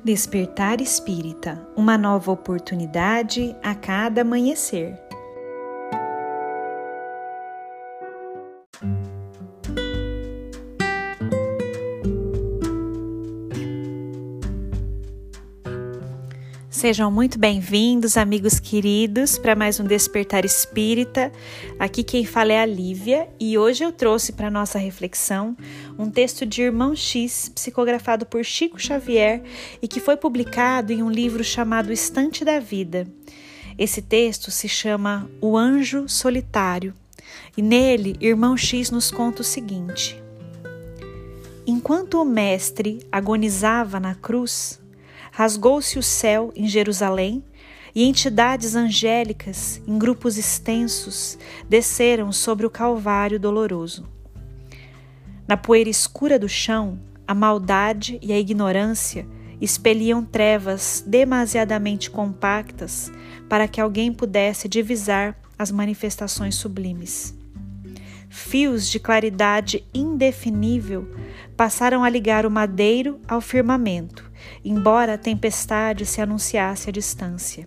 Despertar Espírita, uma nova oportunidade a cada amanhecer. Sejam muito bem-vindos, amigos queridos, para mais um Despertar Espírita. Aqui quem fala é a Lívia e hoje eu trouxe para nossa reflexão um texto de Irmão X, psicografado por Chico Xavier e que foi publicado em um livro chamado Estante da Vida. Esse texto se chama O Anjo Solitário e nele Irmão X nos conta o seguinte: enquanto o Mestre agonizava na cruz, rasgou-se o céu em Jerusalém e entidades angélicas, em grupos extensos, desceram sobre o Calvário doloroso. Na poeira escura do chão, a maldade e a ignorância expeliam trevas demasiadamente compactas para que alguém pudesse divisar as manifestações sublimes. Fios de claridade indefinível passaram a ligar o madeiro ao firmamento, embora a tempestade se anunciasse à distância.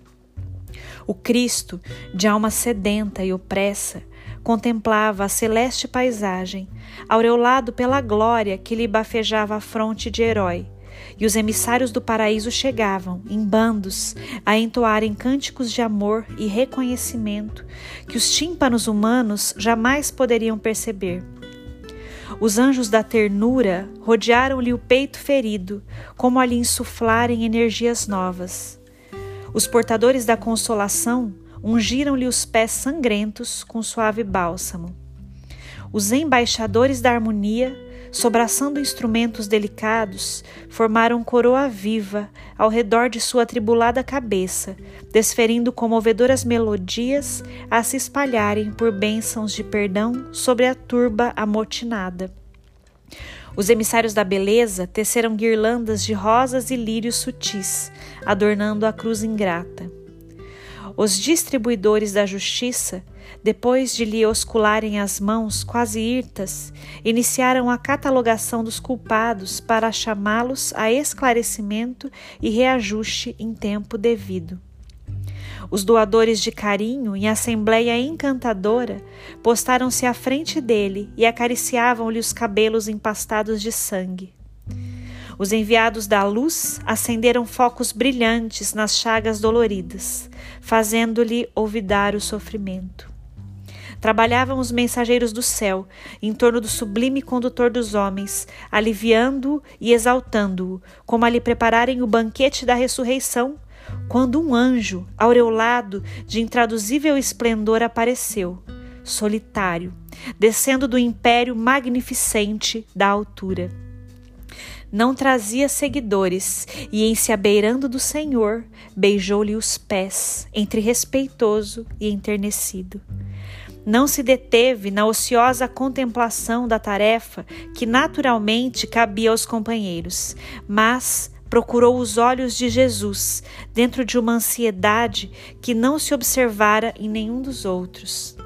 O Cristo, de alma sedenta e opressa, contemplava a celeste paisagem, aureolado pela glória que lhe bafejava a fronte de herói, e os emissários do paraíso chegavam, em bandos, a entoarem cânticos de amor e reconhecimento que os tímpanos humanos jamais poderiam perceber. Os anjos da ternura rodearam-lhe o peito ferido, como a lhe insuflarem energias novas. Os portadores da consolação ungiram-lhe os pés sangrentos com suave bálsamo. Os embaixadores da harmonia, sobraçando instrumentos delicados, formaram coroa viva ao redor de sua atribulada cabeça, desferindo comovedoras melodias a se espalharem por bênçãos de perdão sobre a turba amotinada. Os emissários da beleza teceram guirlandas de rosas e lírios sutis, adornando a cruz ingrata. Os distribuidores da justiça, depois de lhe oscularem as mãos quase hirtas, iniciaram a catalogação dos culpados para chamá-los a esclarecimento e reajuste em tempo devido. Os doadores de carinho, em assembleia encantadora, postaram-se à frente dele e acariciavam-lhe os cabelos empastados de sangue. Os enviados da luz acenderam focos brilhantes nas chagas doloridas, fazendo-lhe olvidar o sofrimento. Trabalhavam os mensageiros do céu, em torno do sublime condutor dos homens, aliviando-o e exaltando-o, como a lhe prepararem o banquete da ressurreição, quando um anjo, aureolado de intraduzível esplendor, apareceu, solitário, descendo do império magnificente da altura. Não trazia seguidores, e em se abeirando do Senhor, beijou-lhe os pés, entre respeitoso e enternecido. Não se deteve na ociosa contemplação da tarefa que naturalmente cabia aos companheiros, mas procurou os olhos de Jesus, dentro de uma ansiedade que não se observara em nenhum dos outros.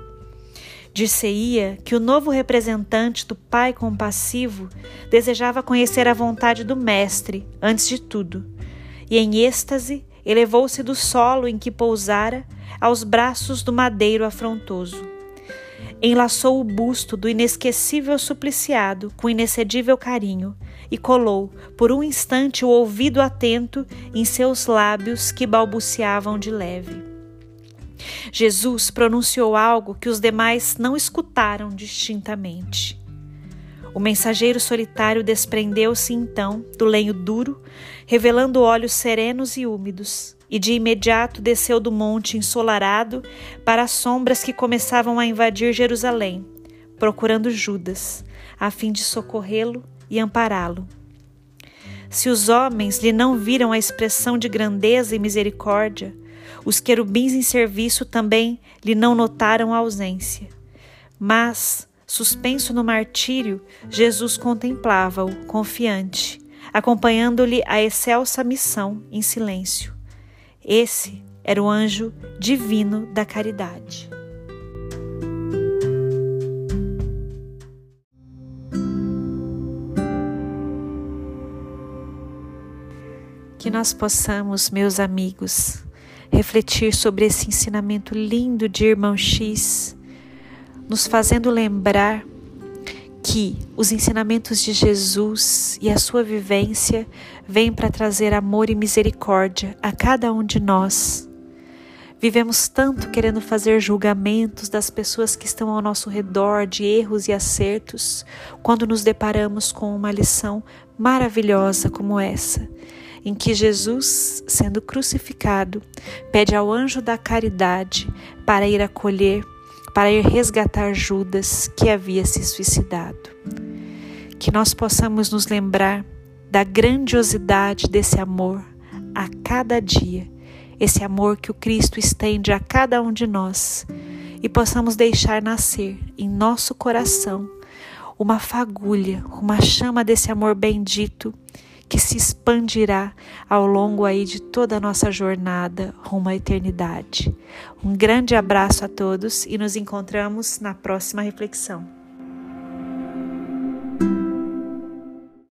Dir-se-ia que o novo representante do Pai compassivo desejava conhecer a vontade do Mestre, antes de tudo, e em êxtase elevou-se do solo em que pousara aos braços do madeiro afrontoso. Enlaçou o busto do inesquecível supliciado com inexcedível carinho e colou, por um instante, o ouvido atento em seus lábios que balbuciavam de leve. Jesus pronunciou algo que os demais não escutaram distintamente. O mensageiro solitário desprendeu-se então do lenho duro, revelando olhos serenos e úmidos, e de imediato desceu do monte ensolarado para as sombras que começavam a invadir Jerusalém, procurando Judas, a fim de socorrê-lo e ampará-lo. Se os homens lhe não viram a expressão de grandeza e misericórdia, os querubins em serviço também lhe não notaram a ausência. Mas, suspenso no martírio, Jesus contemplava-o, confiante, acompanhando-lhe a excelsa missão em silêncio. Esse era o anjo divino da caridade. Que nós possamos, meus amigos, refletir sobre esse ensinamento lindo de Irmão X, nos fazendo lembrar que os ensinamentos de Jesus e a sua vivência vêm para trazer amor e misericórdia a cada um de nós. Vivemos tanto querendo fazer julgamentos das pessoas que estão ao nosso redor, de erros e acertos, quando nos deparamos com uma lição maravilhosa como essa, em que Jesus, sendo crucificado, pede ao anjo da caridade para ir acolher, para ir resgatar Judas, que havia se suicidado. Que nós possamos nos lembrar da grandiosidade desse amor a cada dia, esse amor que o Cristo estende a cada um de nós, e possamos deixar nascer em nosso coração uma fagulha, uma chama desse amor bendito que se expandirá ao longo aí de toda a nossa jornada rumo à eternidade. Um grande abraço a todos e nos encontramos na próxima reflexão.